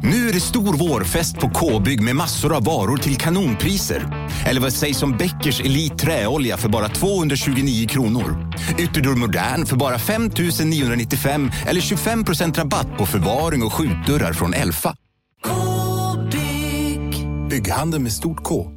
Nu är det stor vårfest på K-bygg med massor av varor till kanonpriser. Eller vad sägs om Bäckers Elite träolja för bara 229 kronor. Ytterdörr Modern för bara 5 995 eller 25% rabatt på förvaring och skjutdörrar från Elfa. K-bygg. Bygghandel med stort K.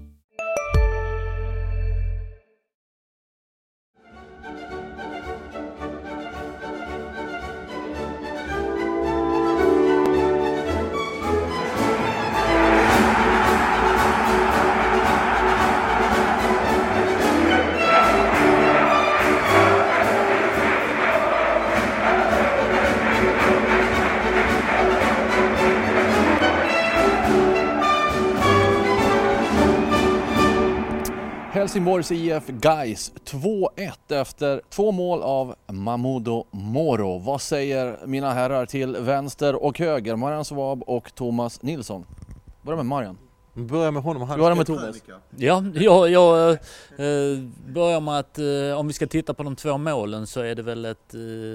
Helsingborgs IF Gais 2-1 efter 2 mål av Mamoudou Moro. Vad säger mina herrar till vänster och höger? Marian Svab och Thomas Nilsson. Börja med Marian. Börja med honom. Börja med Thomas. Ja, jag börjar med att om vi ska titta på de 2 målen så är det väl ett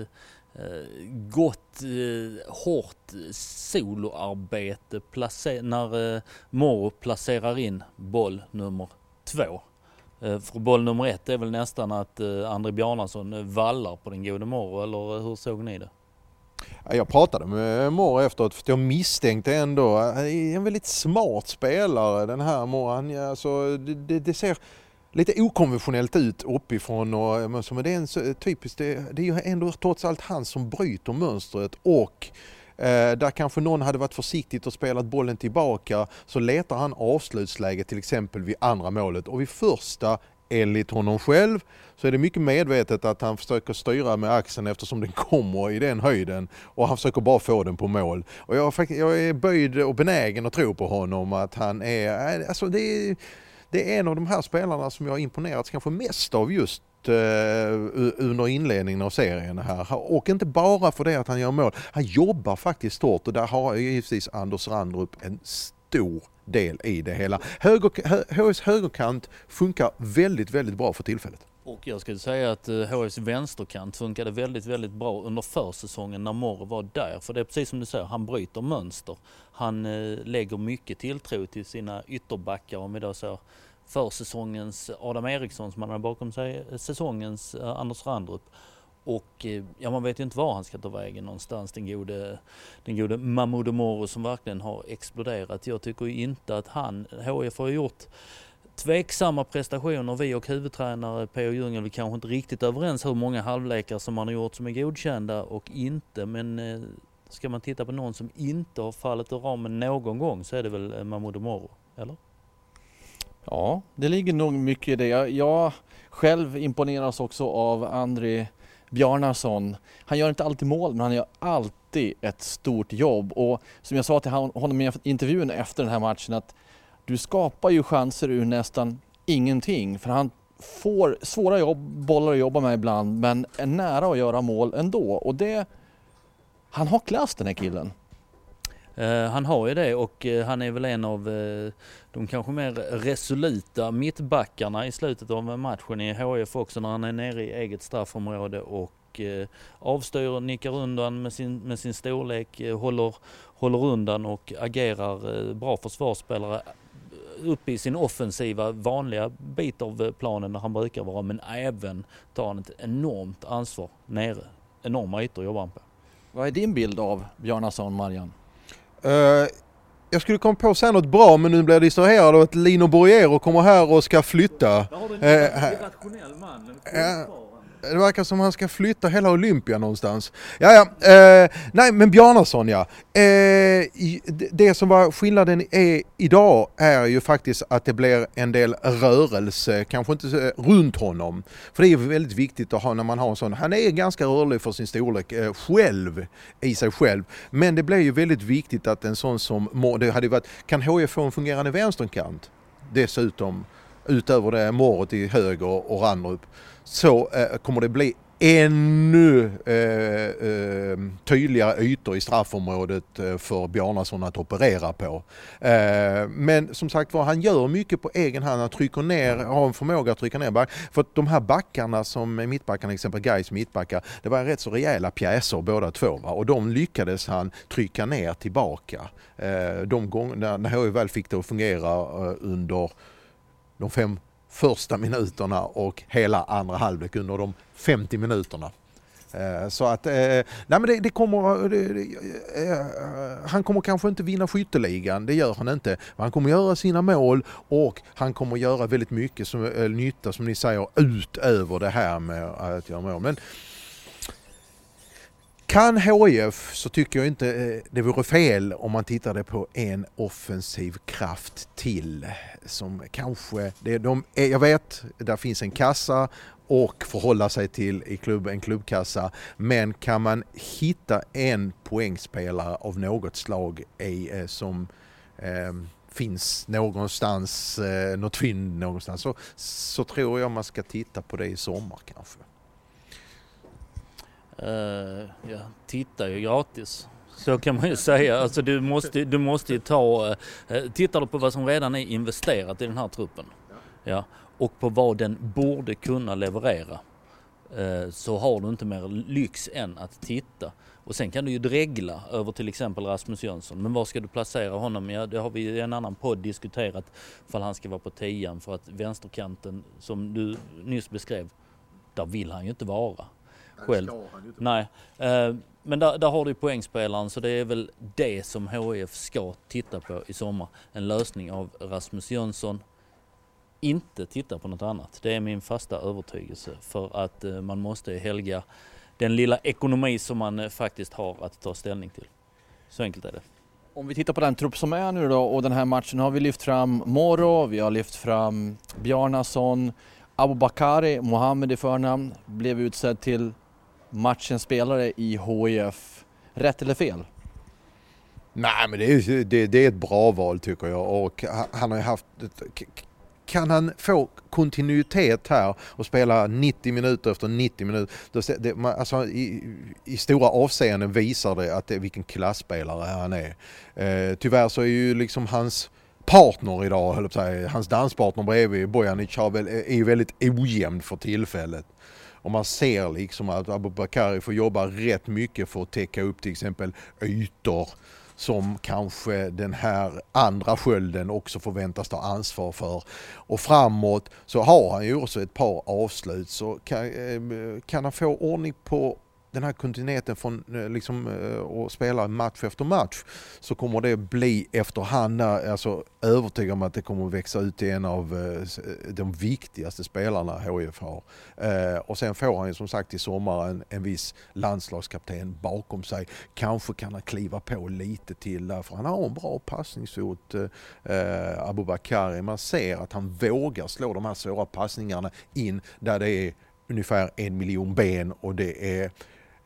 gott, hårt soloarbete när Moro placerar in boll nummer 2. För boll nummer 1 är väl nästan att André Bjarnason vallar på den gode Moro, eller hur såg ni det? Jag pratade med Moro efteråt för jag misstänkte ändå att han är en väldigt smart spelare den här Moro. Alltså, det ser lite okonventionellt ut uppifrån och som det är en typiskt, det är ju ändå trots allt han som bryter mönstret och där kanske någon hade varit försiktigt och spelat bollen tillbaka så letar han avslutsläge till exempel vid andra målet och vid första enligt honom själv så är det mycket medvetet att han försöker styra med axeln eftersom den kommer i den höjden och han försöker bara få den på mål. Och jag är böjd och benägen att tro på honom att han är, alltså det är en av de här spelarna som jag har imponerats kanske mest av just under inledningen av serien här. Och inte bara för det att han gör mål. Han jobbar faktiskt hårt och där har givetvis Anders Randrup en stor del i det hela. HFs högerkant funkar väldigt, väldigt bra för tillfället. Och jag skulle säga att HFs vänsterkant funkade väldigt, väldigt bra under försäsongen när Moro var där. För det är precis som du säger, han bryter mönster. Han lägger mycket tilltro till sina ytterbackar om vi då ser försäsongens Adam Eriksson som han har bakom sig, säsongens Anders Randrup. Och ja, man vet ju inte var han ska ta vägen någonstans, den gode Mamoudou Moro som verkligen har exploderat. Jag tycker ju inte att HF har gjort tveksamma prestationer. Vi och huvudtränare P.O. Ljungel, vi kanske inte riktigt överens hur många halvlekar som man har gjort som är godkända och inte. Men ska man titta på någon som inte har fallit ur ramen någon gång så är det väl Mamoudou Moro, eller? Ja, det ligger nog mycket i det. Jag själv imponeras också av André Bjarnason. Han gör inte alltid mål, men han gör alltid ett stort jobb. Och som jag sa till honom i intervjun efter den här matchen att du skapar ju chanser ur nästan ingenting. För han får svåra bollar att jobba med ibland, men är nära att göra mål ändå. Och han har klass den här killen. Han har ju det och han är väl en av de kanske mer resoluta mittbackarna i slutet av matchen i HF också när han är nere i eget straffområde och avstyr, nickar undan med sin storlek, håller undan och agerar bra försvarsspelare upp i sin offensiva vanliga bit av planen där han brukar vara, men även tar han ett enormt ansvar nere. Enorma ytor jobbar han på. Vad är din bild av Bjarnason, Marian? Jag skulle komma på att säga något bra, men nu blir jag distraherad av att Lino Borriero kommer här och ska flytta. Där har du en irrationell man. Det verkar som han ska flytta hela Olympia någonstans. Nej, men Bjarnason, ja. Det som var skillnaden idag är ju faktiskt att det blir en del rörelse, kanske inte runt honom. För det är väldigt viktigt att ha när man har en sån. Han är ganska rörlig för sin storlek själv, i sig själv. Men det blir ju väldigt viktigt att en sån som, det hade varit, kan HF få en fungerande vänsterkant dessutom, utöver det Moro till höger och Randrup, så kommer det bli ännu tydligare ytor i straffområdet för Bjarnason att operera på. Men som sagt var, han gör mycket på egen hand. Han trycker ner, har en förmåga att trycka ner back. För att de här backarna som är mittbackarna, exempel Gais mittbackar, det var rätt så rejäla pjäser båda två. Va? Och de lyckades han trycka ner tillbaka. De gånger när HIF väl fick det att fungera under de 5 första minuterna och hela andra halvlek under de 50 minuterna. Så att nej, men det kommer han kommer kanske inte vinna skytteligan, det gör han inte. Men han kommer göra sina mål och han kommer göra väldigt mycket nytta som ni säger utöver det här med att göra mål. Men kan HIF så tycker jag inte det vore fel om man tittade på en offensiv kraft till som kanske, jag vet, där finns en kassa och förhålla sig till en klubbkassa, men kan man hitta en poängspelare av något slag som finns någonstans, något fynd någonstans, så tror jag man ska titta på det i sommar kanske. Jag tittar ju gratis. Så kan man ju säga. Alltså du måste ju tittar du på vad som redan är investerat i den här truppen. Ja, och på vad den borde kunna leverera. Så har du inte mer lyx än att titta. Och sen kan du ju dregla över till exempel Rasmus Jönsson. Men var ska du placera honom? Ja, det har vi i en annan podd diskuterat. För han ska vara på 10, för att vänsterkanten som du nyss beskrev, där vill han ju inte vara. Själv. Nej, men där har du poängspelaren, så det är väl det som HIF ska titta på i sommar. En lösning av Rasmus Jönsson, inte titta på något annat. Det är min fasta övertygelse, för att man måste helga den lilla ekonomi som man faktiskt har att ta ställning till. Så enkelt är det. Om vi tittar på den trupp som är nu då, och den här matchen har vi lyft fram Moro, vi har lyft fram Bjarnason, Abubakari, Mohamed i förnamn, blev utsedd till matchens spelare i HIF. Rätt eller fel? Nej, men det är ett bra val tycker jag, och han har ju haft kan han få kontinuitet här och spela 90 minuter efter 90 minuter, alltså i stora avseenden visar det att vilken klassspelare han är. Tyvärr så är ju liksom hans partner idag, hans danspartner bredvid Bojanic är ju väldigt ojämn för tillfället. Och man ser liksom att Abubakari får jobba rätt mycket för att täcka upp till exempel ytor som kanske den här andra skölden också förväntas ta ansvar för. Och framåt så har han ju också ett par avslut, så kan han få ordning på den här kontinuiteten från liksom att spela match efter match, så kommer det bli efterhand, alltså övertygad om att det kommer att växa ut till en av de viktigaste spelarna HIF har. Och sen får han ju som sagt i sommar en viss landslagskapten bakom sig. Kanske kan han kliva på lite till där, för han har en bra passningsfot, Abubakari. Man ser att han vågar slå de här svåra passningarna in där det är ungefär 1 miljon ben och det är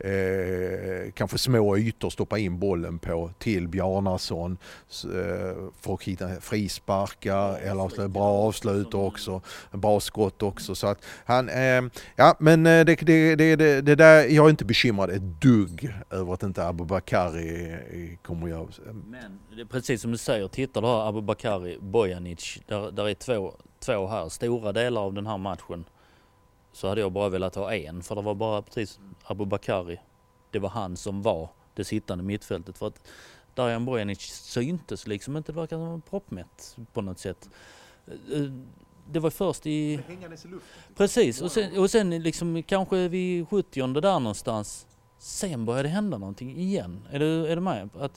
kanske små ytor stoppa in bollen på till Bjarnason för att hitta frisparkar eller bra avslut också, bra skott också, så att han ja, men det där, jag är inte bekymrad ett dugg över att inte Abubakari kommer att göra. Men det är precis som du säger, tittar du här Abubakari, Bojanic, där är två här stora delar av den här matchen. Så hade jag bara velat ha en, för det var bara precis Abubakari. Det var han som var det sittande mittfältet, för att Darijan Bojanic syntes liksom inte, det verkar som en proppmätt på något sätt. Det var först i... Precis, och sen liksom kanske vid 70:e där någonstans, sen började det hända någonting igen. Är du med? Att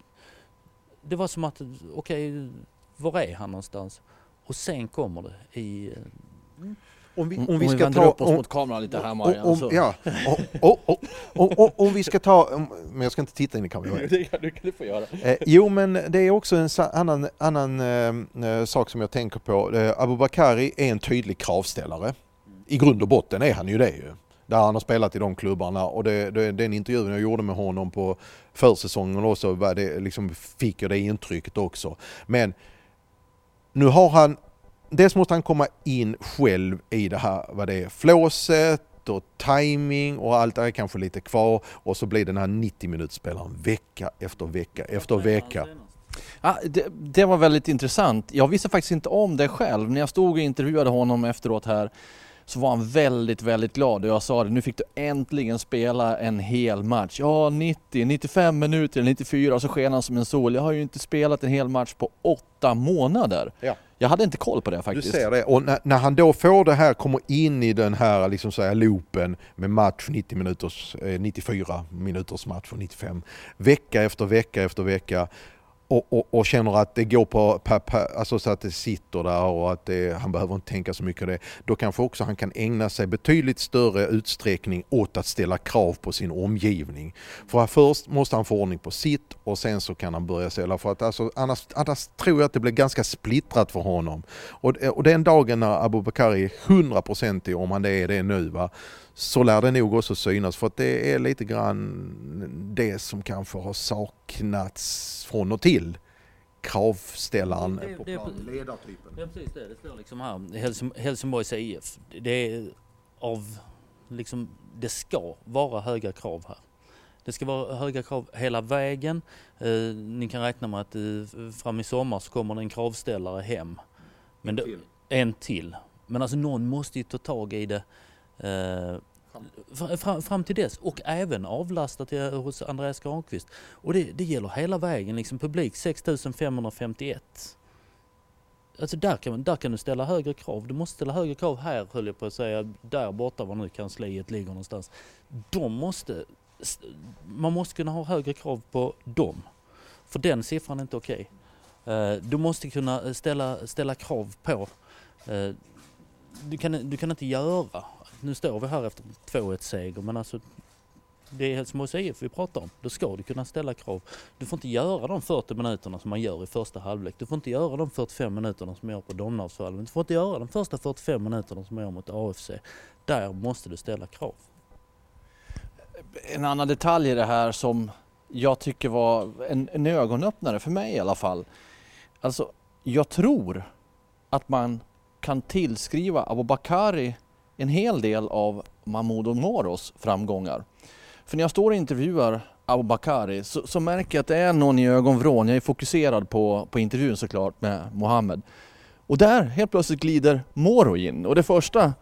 det var som att, okej, var är han någonstans? Och sen kommer det i... Om vi ska ta upp oss mot kameran lite här, Marian. Om vi ska ta, men jag ska inte titta in i kameran. Det kan du få göra. Jo, men det är också en annan sak som jag tänker på. Abubakari är en tydlig kravställare. I grund och botten är han ju det ju. Där han har spelat i de klubbarna, och den intervjun jag gjorde med honom på försäsongen också, det liksom fick jag det intrycket också. Men nu har han, dels måste han komma in själv i det här, vad det är, flåset, och timing och allt är kanske lite kvar och så blir den här 90-minutsspelaren vecka efter vecka efter vecka. Ja, det var väldigt intressant. Jag visste faktiskt inte om det själv. När jag stod och intervjuade honom efteråt här så var han väldigt, väldigt glad. Och jag sa det, nu fick du äntligen spela en hel match. Ja, 90, 95 minuter, 94 och så sken han som en sol. Jag har ju inte spelat en hel match på 8 månader. Ja. Jag hade inte koll på det faktiskt. Du ser det. Och när han då får det här, kommer in i den här liksom så här loopen med match 94 minuters match och 95. Vecka efter vecka efter vecka. Och känner att det går alltså så att det sitter där och att han behöver inte tänka så mycket det. Då kanske också han kan ägna sig betydligt större utsträckning åt att ställa krav på sin omgivning. För först måste han få ordning på sitt och sen så kan han börja ställa. För att alltså, annars tror jag att det blir ganska splittrat för honom. Och den dagen när Abubakari är 100% om han är det nu, va, så lär det nog också synas, för att det är lite grann det som kanske har saknats från och till kravställaren på plan, ledartypen. Ja, precis det. Det står liksom här, Helsingborgs IF. Det är det ska vara höga krav här. Det ska vara höga krav hela vägen. Ni kan räkna med att fram i sommar så kommer det en kravställare hem. Men en till. Men alltså någon måste ju ta tag i det fram till dess, och även avlasta hos Andreas Granqvist. Och det gäller hela vägen, liksom publik 6551. Alltså där kan du ställa högre krav. Du måste ställa högre krav här, höll jag på att säga, där borta var nu kansliet ligger någonstans. Man måste kunna ha högre krav på dem. För den siffran är inte okej. Du måste kunna ställa krav på. Du kan inte göra. Nu står vi här efter 2-1-seger, men alltså det är Helsingborgs IF vi pratar om. Då ska du kunna ställa krav. Du får inte göra de 40 minuterna som man gör i första halvlek. Du får inte göra de 45 minuterna som man gör på Domnarsvallen. Du får inte göra de första 45 minuterna som man gör mot AFC. Där måste du ställa krav. En annan detalj i det här som jag tycker var en ögonöppnare för mig i alla fall. Alltså, jag tror att man kan tillskriva Abubakari en hel del av Mahmoud Moros framgångar. För när jag står och intervjuar Abubakari så märker jag att det är någon i ögonvrån. Jag är fokuserad på intervjun såklart med Mohammed. Och där helt plötsligt glider Moro in. Och det första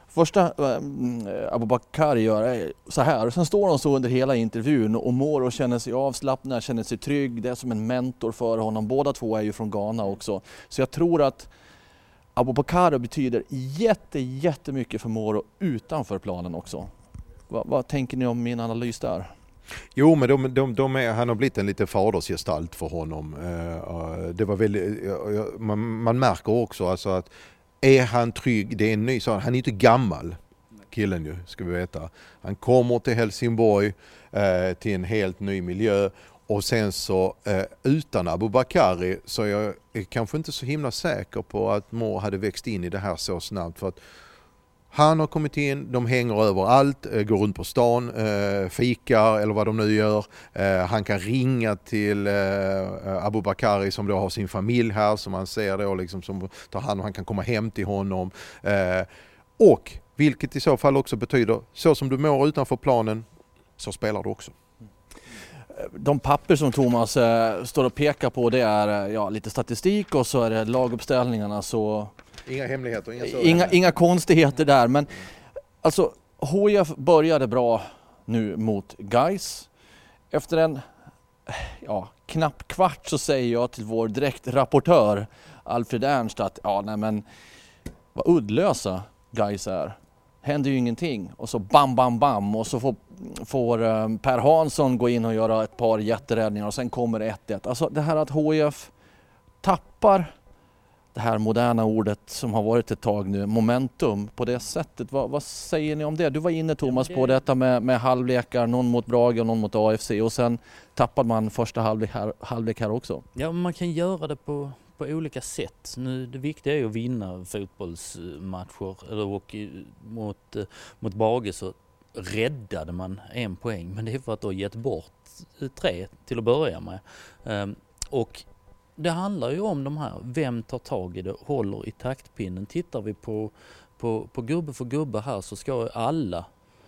Abubakari gör är så här. Och sen står han så under hela intervjun och Moro känner sig avslappnad, känner sig trygg. Det är som en mentor för honom. Båda två är ju från Ghana också. Så jag tror att Abubakari betyder jättemycket för Moro utanför planen också. Vad tänker ni om min analys där? Jo, men han har blivit en liten fadersgestalt för honom. Det var väldigt, man märker också alltså att är han trygg, det är en ny, han är inte gammal killen ju, ska vi veta. Han kommer till Helsingborg till en helt ny miljö. Och sen så utan Abubakari så är jag kanske inte så himla säker på att Moro hade växt in i det här så snabbt. För att han har kommit in, de hänger överallt, går runt på stan, fikar eller vad de nu gör. Han kan ringa till Abubakari som då har sin familj här som man ser då liksom, som tar hand om, han kan komma hem till honom. Och vilket i så fall också betyder, så som du mår utanför planen så spelar du också. De papper som Thomas står och pekar på, det är lite statistik och så är det laguppställningarna. Så inga hemligheter, inga konstigheter där. Men alltså HIF började bra nu mot Gais. Efter en knapp kvart så säger jag till vår direktrapportör Alfred Ernst att vad uddlösa Gais är. Händer ju ingenting och så bam och så får Per Hansson gå in och göra ett par jätteräddningar och sen kommer 1-1. Alltså det här att HIF tappar det här moderna ordet som har varit ett tag nu, momentum på det sättet. Vad säger ni om det? Du var inne Thomas på detta med halvlekar, någon mot Brage och någon mot AFC och sen tappar man första halvlek här också. Ja, man kan göra det på olika sätt. Nu, det viktiga är ju att vinna fotbollsmatcher. Och mot Brage så räddade man 1 poäng, men det är för att då gett bort 3 till att börja med. Och det handlar ju om de här, vem tar tag i det, håller i taktpinnen. Tittar vi på på gubbe för gubbe här så ska alla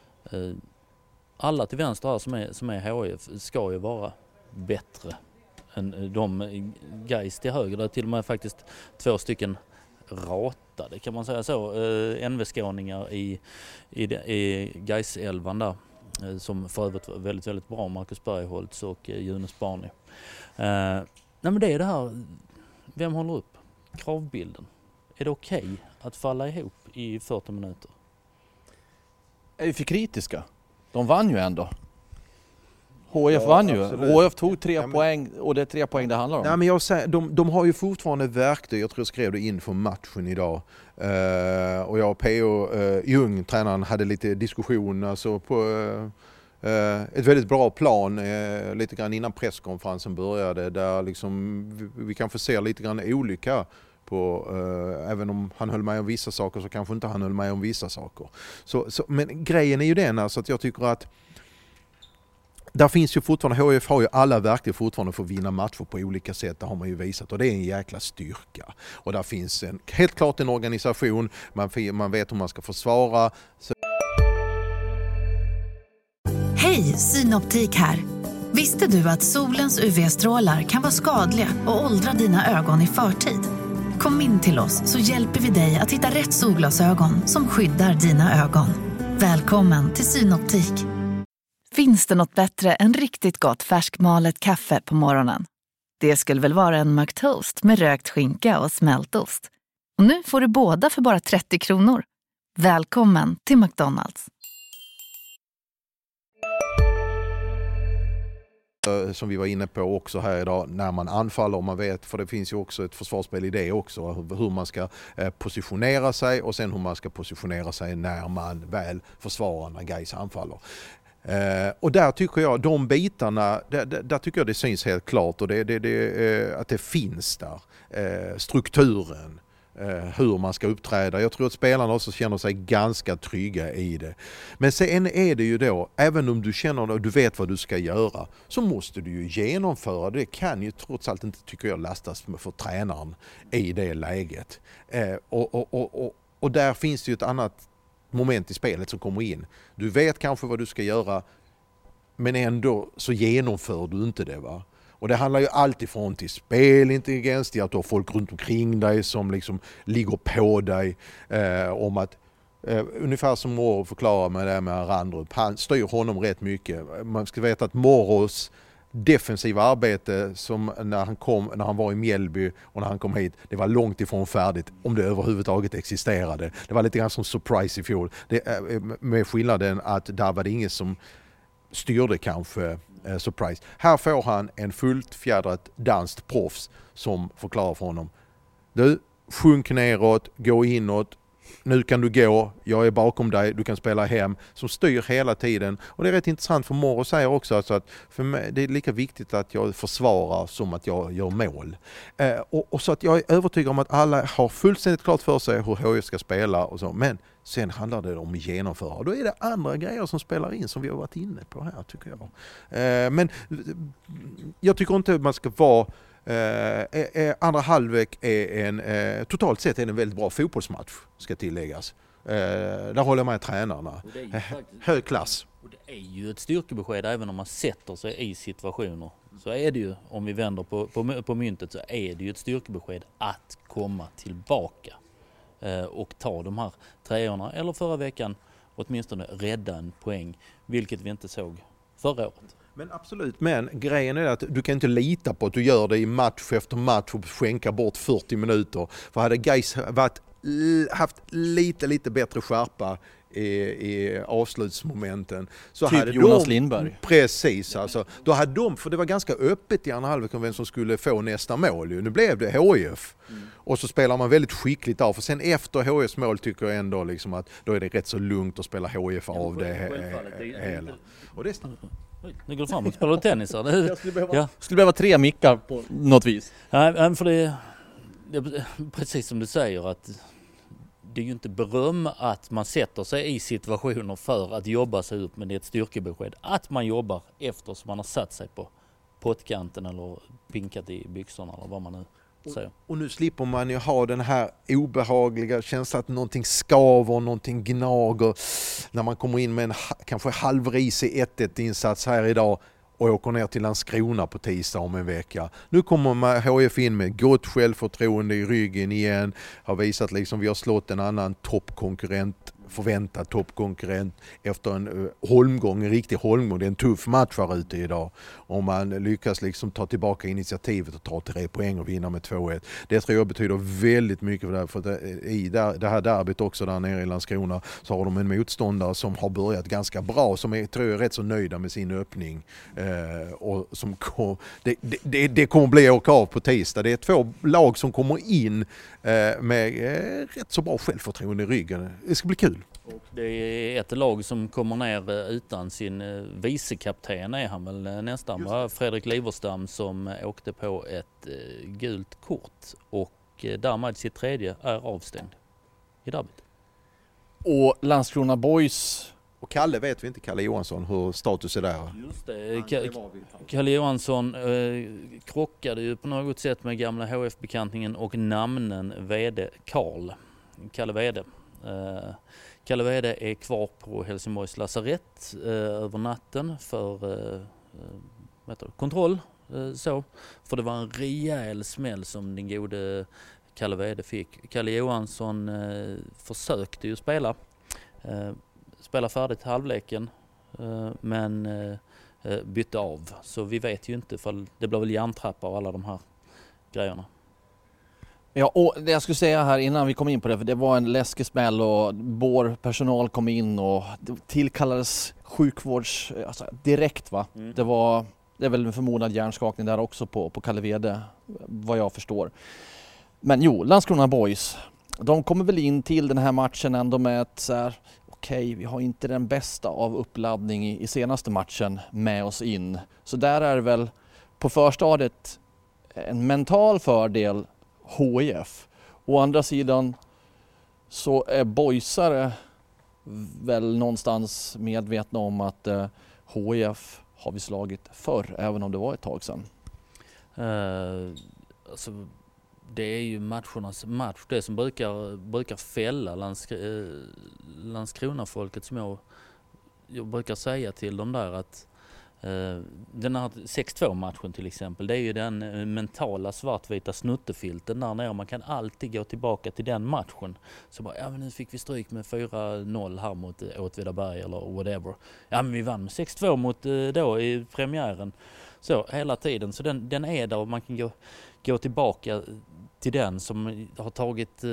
till vänster här som är HIF ska ju vara bättre än de Gais till höger. Det är till och med faktiskt 2 stycken ratade, kan man säga så, NV-skåningar i Gais-elvan där, som för övrigt var väldigt, väldigt bra, Marcus Bergholtz och Jonas Barney. Nej, men det är det här, vem håller upp kravbilden? Är det okej att falla ihop i 40 minuter? Är vi för kritiska? De vann ju ändå. HIF vann ju. Absolut. HIF tog 3 poäng och det är 3 poäng det handlar om. Ja, men jag säger, de har ju fortfarande verktyg. Jag tror jag skrev det inför matchen idag. Och jag och P.O. Ljung, tränaren, hade lite diskussion alltså på ett väldigt bra plan lite grann innan presskonferensen började. Där liksom, vi kanske ser lite grann olika på, även om han höll med om vissa saker så kanske inte han höll med om vissa saker. Men grejen är ju den alltså att jag tycker att där finns ju fortfarande, HIF har ju alla verktyg fortfarande för att vinna matcher på olika sätt, det har man ju visat och det är en jäkla styrka. Och där finns helt klart en organisation, man vet hur man ska försvara. Hej, Synoptik här. Visste du att solens UV-strålar kan vara skadliga och åldra dina ögon i förtid? Kom in till oss så hjälper vi dig att hitta rätt solglasögon som skyddar dina ögon. Välkommen till Synoptik. Finns det något bättre än riktigt gott färskmalet kaffe på morgonen? Det skulle väl vara en McToast med rökt skinka och smältost. Och nu får du båda för bara 30 kronor. Välkommen till McDonald's. Som vi var inne på också här idag, när man anfaller och man vet, för det finns ju också ett försvarsspel i det också, hur man ska positionera sig och sen hur man ska positionera sig när man väl försvarar när Gais anfaller. Och där tycker jag, de bitarna, där tycker jag det syns helt klart och att det finns där. Strukturen, hur man ska uppträda. Jag tror att spelarna också känner sig ganska trygga i det. Men sen är det ju då, även om du känner och du vet vad du ska göra, så måste du ju genomföra. Det kan ju trots allt inte, tycker jag, lastas för tränaren i det läget. Och där finns det ju ett annat moment i spelet som kommer in. Du vet kanske vad du ska göra, men ändå så genomför du inte det, va? Och det handlar ju alltid från till spelintelligens, till att du har folk runt omkring dig som liksom ligger på dig om att ungefär som Moro förklarar med det med Randrup, han styr honom rätt mycket. Man ska veta att Moros defensiva arbete som när han var i Mjällby och när han kom hit, det var långt ifrån färdigt om det överhuvudtaget existerade. Det var lite grann som surprise i fjol. Med skillnaden att där var det ingen som styrde kanske surprise. Här får han en fullt fjädrat danskt proffs som förklarar för honom. Du, sjunk neråt, gå inåt. Nu kan du gå, jag är bakom dig, du kan spela hem, som styr hela tiden. Och det är rätt intressant, för Moro säger också alltså att för mig, det är lika viktigt att jag försvarar som att jag gör mål. Och så att jag är övertygad om att alla har fullständigt klart för sig hur HIF ska spela och så. Men sen handlar det om att genomföra. Och då är det andra grejer som spelar in som vi har varit inne på här, tycker jag. Men jag tycker inte att man ska vara... andra halvlek är totalt sett är en väldigt bra fotbollsmatch, ska tilläggas. Där håller jag med tränarna. Hög klass. Och det är ju ett styrkebesked även om man sätter sig i situationer. Så är det ju, om vi vänder på myntet, så är det ju ett styrkebesked att komma tillbaka och ta de här treorna, eller förra veckan åtminstone rädda en poäng, vilket vi inte såg förra året. Men absolut, men grejen är att du kan inte lita på att du gör det i match efter match och skänka bort 40 minuter. För hade Gais haft lite bättre skärpa i avslutsmomenten så typ hade Jonas Lindberg. Precis, alltså. Då hade de, för det var ganska öppet i andra halvlek om vem som skulle få nästa mål. Nu blev det HIF. Och så spelar man väldigt skickligt av. För sen efter HIFs mål tycker jag ändå liksom att då är det rätt så lugnt att spela HIF av det hela. Och det Nu går det fram och spelar tennis. Jag skulle behöva 3 mickar på något vis. Nej, för det precis som du säger, att det är ju inte beröm att man sätter sig i situationer för att jobba sig upp, men det är ett styrkebesked att man jobbar efter som man har satt sig på pottkanten eller pinkat i byxorna eller vad man nu Och nu slipper man ju ha den här obehagliga känslan att någonting skaver, någonting gnager när man kommer in med en kanske halvrisig 1-1-insats här idag och åker ner till Landskrona på tisdag om en vecka. Nu kommer HIF in med gott självförtroende i ryggen igen. Har visat liksom vi har slått en annan förväntad toppkonkurrent efter en riktig holmgång. Det är en tuff match här ute idag. Om man lyckas liksom ta tillbaka initiativet och ta 3 poäng och vinna med 2-1. Det tror jag betyder väldigt mycket för det. I det här derbyt också där nere i Landskrona så har de en motståndare som har börjat ganska bra, som är, tror jag, rätt så nöjda med sin öppning. Och som det kommer bli åka av på tisdag. Det är 2 lag som kommer in med rätt så bra självförtroende i ryggen. Det ska bli kul. Och det är ett lag som kommer ner utan sin vicekapten är han väl nästan, va? Fredrik Liverstam, som åkte på ett gult kort och därmed sitt 3:e är avstängd i derbyt. Och Landskrona Boys... Och Kalle vet vi inte, Kalle Johansson, hur status är där. Just det, Kalle Johansson krockade ju på något sätt med gamla HF-bekantningen och namnen VD Kalle VD. Kalle VD är kvar på Helsingborgs lasarett över natten för kontroll. För det var en rejäl smäll som den gode Kalle VD fick. Kalle Johansson försökte ju spela färdigt halvleken men bytte av. Så vi vet ju inte, för det blir väl hjärntrappa och alla de här grejerna. Ja, och det jag skulle säga här innan vi kom in på det, för det var en läskig smäll och vår personal kom in och tillkallades sjukvårds direkt, va? Mm. Det är väl en förmodad hjärnskakning där också på Kalle Vede, vad jag förstår. Men jo, Landskrona Boys, de kommer väl in till den här matchen ändå med ett så här, okej, vi har inte den bästa av uppladdning i senaste matchen med oss in. Så där är det väl på förstadiet en mental fördel HIF. Å andra sidan så är boysare väl någonstans medvetna om att HIF har vi slagit förr, även om det var ett tag sedan. Alltså, det är ju matchernas match. Det som brukar fälla Landskrona-folket, som jag brukar säga till dem där, att den här 6-2-matchen till exempel, det är ju den mentala svartvita snuttefilten där nere. Man kan alltid gå tillbaka till den matchen. Så bara, ja men nu fick vi stryk med 4-0 här mot Åtvidaberg eller whatever. Ja men vi vann med 6-2 mot då i premiären. Så hela tiden. Så den är där och man kan gå tillbaka till den som har tagit...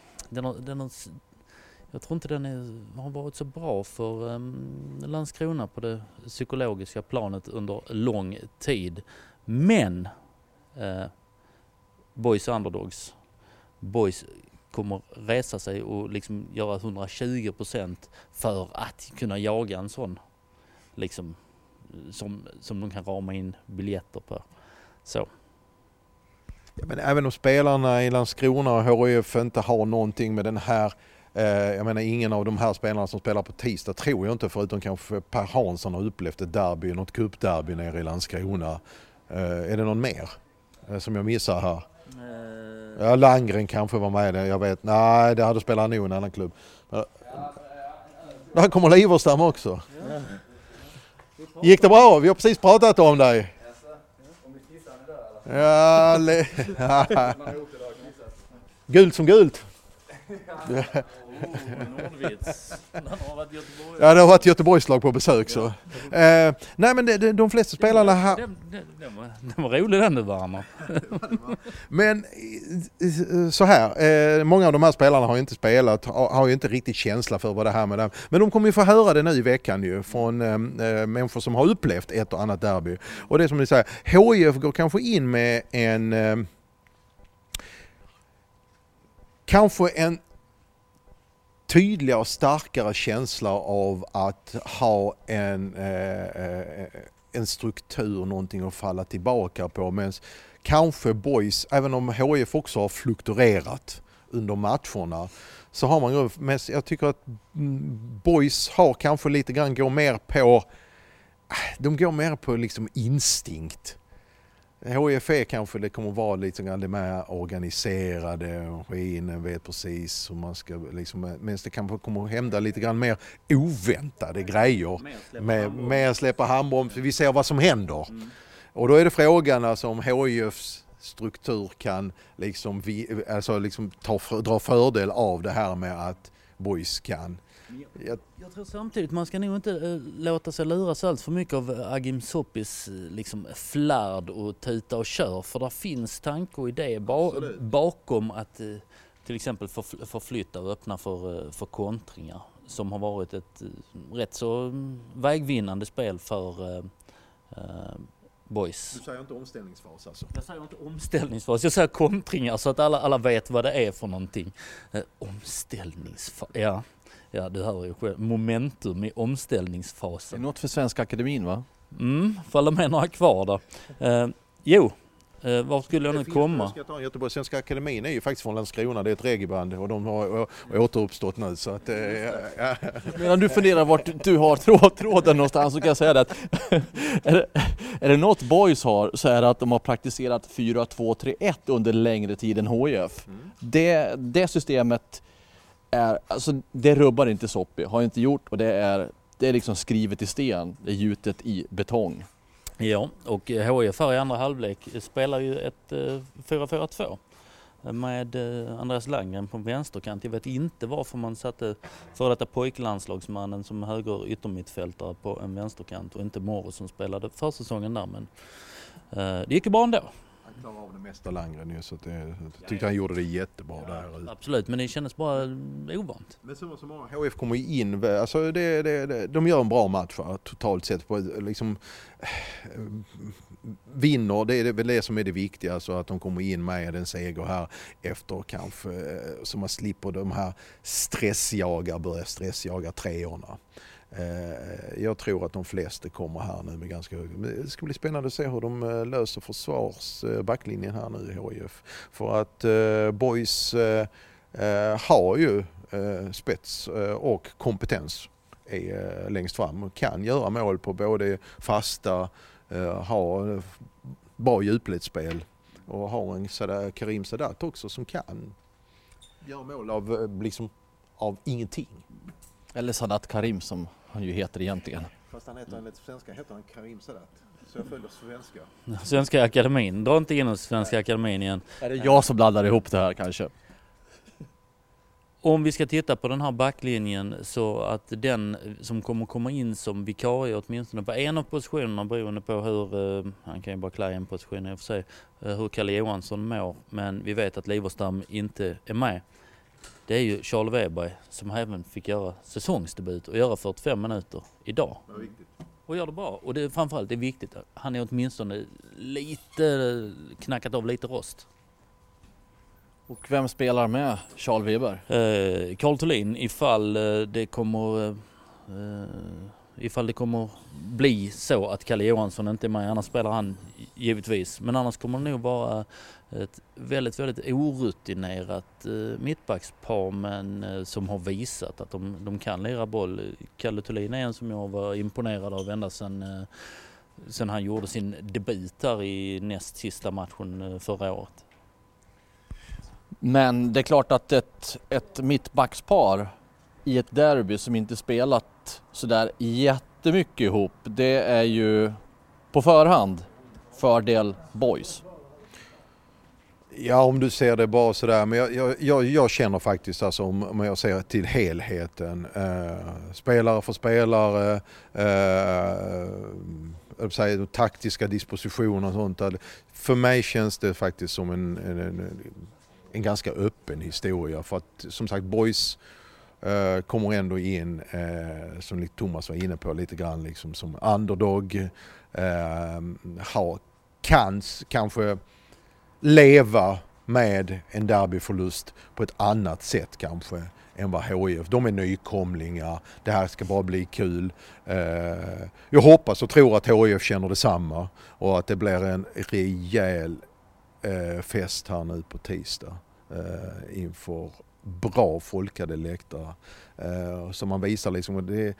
Jag tror inte den har varit så bra för Landskrona på det psykologiska planet under lång tid. Men Boys Underdogs, Boys kommer resa sig och liksom göra 120% för att kunna jaga en sån liksom, som de kan rama in biljetter på. Så. Ja, men även om spelarna i Landskrona och HIF inte har någonting med den här, jag menar ingen av de här spelarna som spelar på tisdag tror jag inte, förutom kanske Per Hansson har upplevt ett derby, något cupderby nere i Landskrona. Är det någon mer som jag missar här? Ja, Langren kanske var med det, jag vet. Nej, det hade spelat nog en annan klubb. Där kommer Liverstam också. Gick det bra? Vi har precis pratat om dig. Ja, gult som gult. Ja, det har varit Göteborgslag på besök så. Nej men de flesta spelarna här... Den var rolig den du varma. Men så här, många av de här spelarna har inte spelat, har ju inte riktigt känsla för vad det här med det. Men de kommer ju få höra det nu i veckan ju från människor som har upplevt ett och annat derby. Och det som ni säger, HIF går kanske in med kanske en tydligare och starkare känsla av att ha en struktur, någonting att falla tillbaka på. Men kanske Boys, även om HIF också har fluktuerat under matcherna, så har man ju, jag tycker att Boys har kanske lite grann går mer på liksom instinkt. HIF kanske det kommer vara lite grann det mer organiserade, skinen vet precis hur man ska liksom, men det kanske kommer att hända lite grann mer oväntade grejer. Mer släppa handbroms, vi ser vad som händer. Och då är det frågan alltså om HIFs struktur kan liksom dra fördel av det här med att boys kan. Jag tror samtidigt man ska nog inte låta sig luras allt för mycket av Agim Soppis liksom flärd och tuta och kör, för där finns tanke och idé bakom att till exempel förflytta och öppna för kontringar som har varit ett rätt så vägvinnande spel för boys. Du säger inte omställningsfas alltså? Jag säger inte omställningsfas, jag säger kontringar så att alla vet vad det är för någonting. Omställningsfas, ja du hör ju själv. Momentum i omställningsfasen. Det är något för Svenska Akademin va? Får de med några kvar där. Var skulle jag nu komma? Svenska Akademin är ju faktiskt från Landskrona, det är ett regiband och de har återuppstått nu. Så att, ja. Medan du funderar vart du har tråden någonstans så kan jag säga att är det något boys har så är det att de har praktiserat 4-2-3-1 under längre tid än HIF. Det systemet alltså det rubbar inte Soppi, har inte gjort, och det är liksom skrivet i sten, det är gjutet i betong. Ja, och HIF här i andra halvlek spelar ju ett 4-4-2 med Andreas Langgren på vänsterkant. Jag vet inte varför man satte för detta pojklandslagsmannen som höger yttermittfältare på en vänsterkant och inte Morris som spelade försäsongen där, men det gick ju bra ändå. Han klarar av det mesta Langgren ju, så jag tyckte han gjorde det jättebra där. Absolut, men det kändes bara ovant. Men så många HIF kommer in, alltså de gör en bra match totalt sett på liksom vinner, det är väl det som är det viktiga, så att de kommer in med en seger här efter kanske, så man slipper de här börja stressjaga treorna. Jag tror att de flesta kommer här nu med ganska hög. Det ska bli spännande att se hur de löser försvarsbacklinjen här nu i HIF. För att boys har ju spets och kompetens längst fram och kan göra mål på både fasta, ha bra djupledsspel och har en Karim Sadat också som kan göra mål av ingenting. Eller Sadat Karim som han ju heter egentligen. Fast han heter enligt svenska heter han Karim Sadat. Så jag följer svenska. Svenska Akademin, dra inte in oss Svenska Akademin igen. Är det jag som blandar ihop det här kanske? Om vi ska titta på den här backlinjen, så att den som kommer komma in som vikarie åtminstone på en av positionerna, beroende på hur, han kan ju bara klä en position i och för sig, hur Kalle Johansson mår, men vi vet att Liverstam inte är med. Det är ju Charles Weber som även fick göra säsongsdebut och göra 45 minuter idag. Och gör det bra. Och det, framförallt det är viktigt. Han är åtminstone lite knackat av lite rost. Och vem spelar med Charles Weber? Carl Thulin, ifall det kommer bli så att Kalle Johansson inte är med, annars spelar han givetvis. Men annars kommer det nog vara ett väldigt, väldigt orutinerat mittbackspar, men som har visat att de kan lira boll. Kalle Thulin är en som jag var imponerad av ända sen han gjorde sin debut här i näst sista matchen förra året. Men det är klart att ett mittbackspar i ett derby som inte spelat sådär jättemycket ihop, det är ju på förhand fördel boys. Ja, om du ser det bara sådär, men jag känner faktiskt, alltså, om jag ser till helheten, spelare för spelare, taktiska dispositioner och sånt. För mig känns det faktiskt som en ganska öppen historia, för att som sagt boys kommer ändå in, som Thomas var inne på lite grann, liksom som underdog, kanske leva med en derbyförlust på ett annat sätt kanske än vad HIF. De är nykomlingar, det här ska bara bli kul. Jag hoppas och tror att HIF känner detsamma och att det blir en rejäl fest här nu på tisdag inför bra folkade läktare. Som man visar liksom, det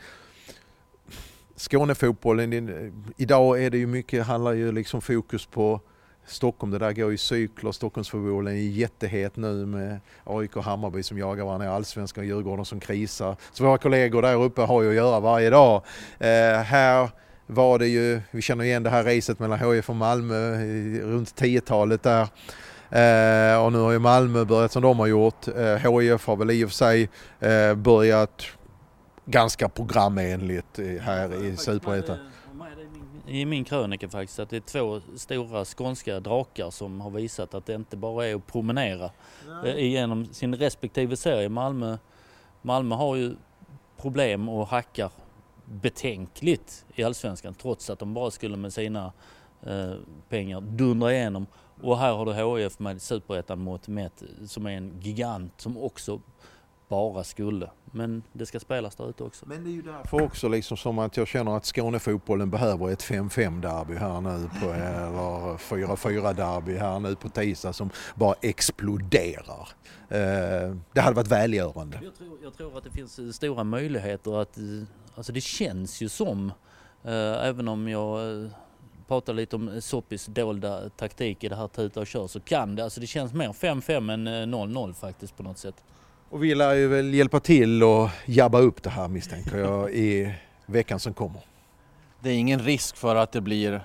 Skånefotbollen, idag är det ju mycket, handlar ju liksom fokus på Stockholm, det där går i cykler. Stockholmsfotbollen är jättehet nu med AIK och Hammarby som jagar varandra i Allsvenskan och Djurgården som krisar. Så våra kollegor där uppe har ju att göra varje dag. Här var det ju, vi känner igen det här racet mellan HIF och Malmö runt 10-talet där. Och nu har ju Malmö börjat som de har gjort. HIF har väl i och för sig börjat ganska programenligt här i Superettan. I min krönika faktiskt att det är 2 stora skånska drakar som har visat att det inte bara är att promenera genom sin respektive serie. Malmö har ju problem och hackar betänkligt i Allsvenskan trots att de bara skulle med sina pengar dundra igenom. Och här har du HIF med Superettan mot Met som är en gigant som också bara skulle. Men det ska spelas där ute också. Men det är ju därför också liksom som att jag känner att Skånefotbollen behöver ett 5-5 derby här nu på, eller 4-4 derby här nu på tisdag som bara exploderar. Det hade varit välgörande. Jag tror att det finns stora möjligheter att, alltså det känns ju som, även om jag pratar lite om Soppis dolda taktik i det här tuta och kör, så kan det, alltså det känns mer 5-5 än 0-0 faktiskt på något sätt. Och vi lär ju väl hjälpa till och jabba upp det här misstänker jag i veckan som kommer. Det är ingen risk för att det blir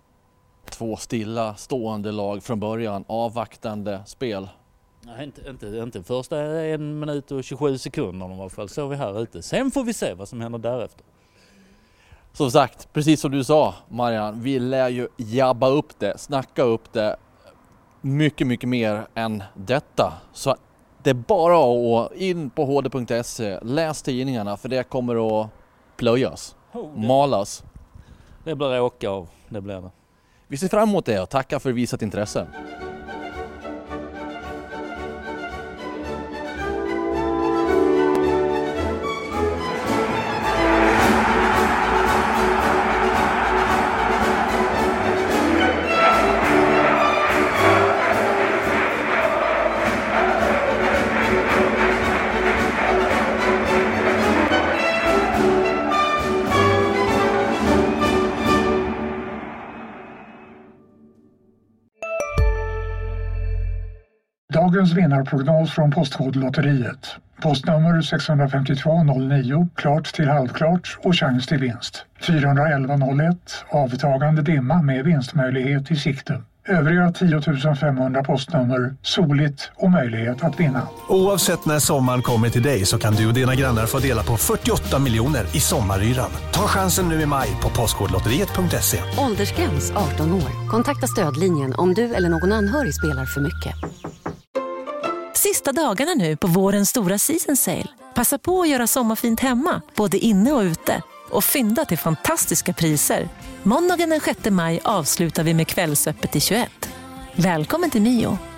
2 stilla stående lag från början, avvaktande spel. Nej, inte första 1 minut och 27 sekunder i alla fall, så vi här ute. Sen får vi se vad som händer därefter. Som sagt, precis som du sa Marianne, vi lär ju jabba upp det, snacka upp det mycket, mycket mer än detta. Så det är bara att in på hd.se, läs tidningarna för det kommer att plöjas, malas. Det blir åka av, det blir det. Vi ser fram emot det och tackar för visat intresse. Dagens vinnarprognos från Postkodlotteriet. Postnummer 65209, klart till halvklart och chans till vinst. 41101, avtagande dimma med vinstmöjlighet i sikte. Övriga 10 500 postnummer, soligt och möjlighet att vinna. Oavsett när sommaren kommer till dig så kan du och dina grannar få dela på 48 miljoner i sommaryran. Ta chansen nu i maj på postkodlotteriet.se. Åldersgräns 18 år. Kontakta stödlinjen om du eller någon anhörig spelar för mycket. Sista dagarna nu på vårens stora season sale. Passa på att göra sommarfint hemma, både inne och ute. Och fynda till fantastiska priser. Måndagen den 6 maj avslutar vi med kvällsöppet till 21. Välkommen till Mio.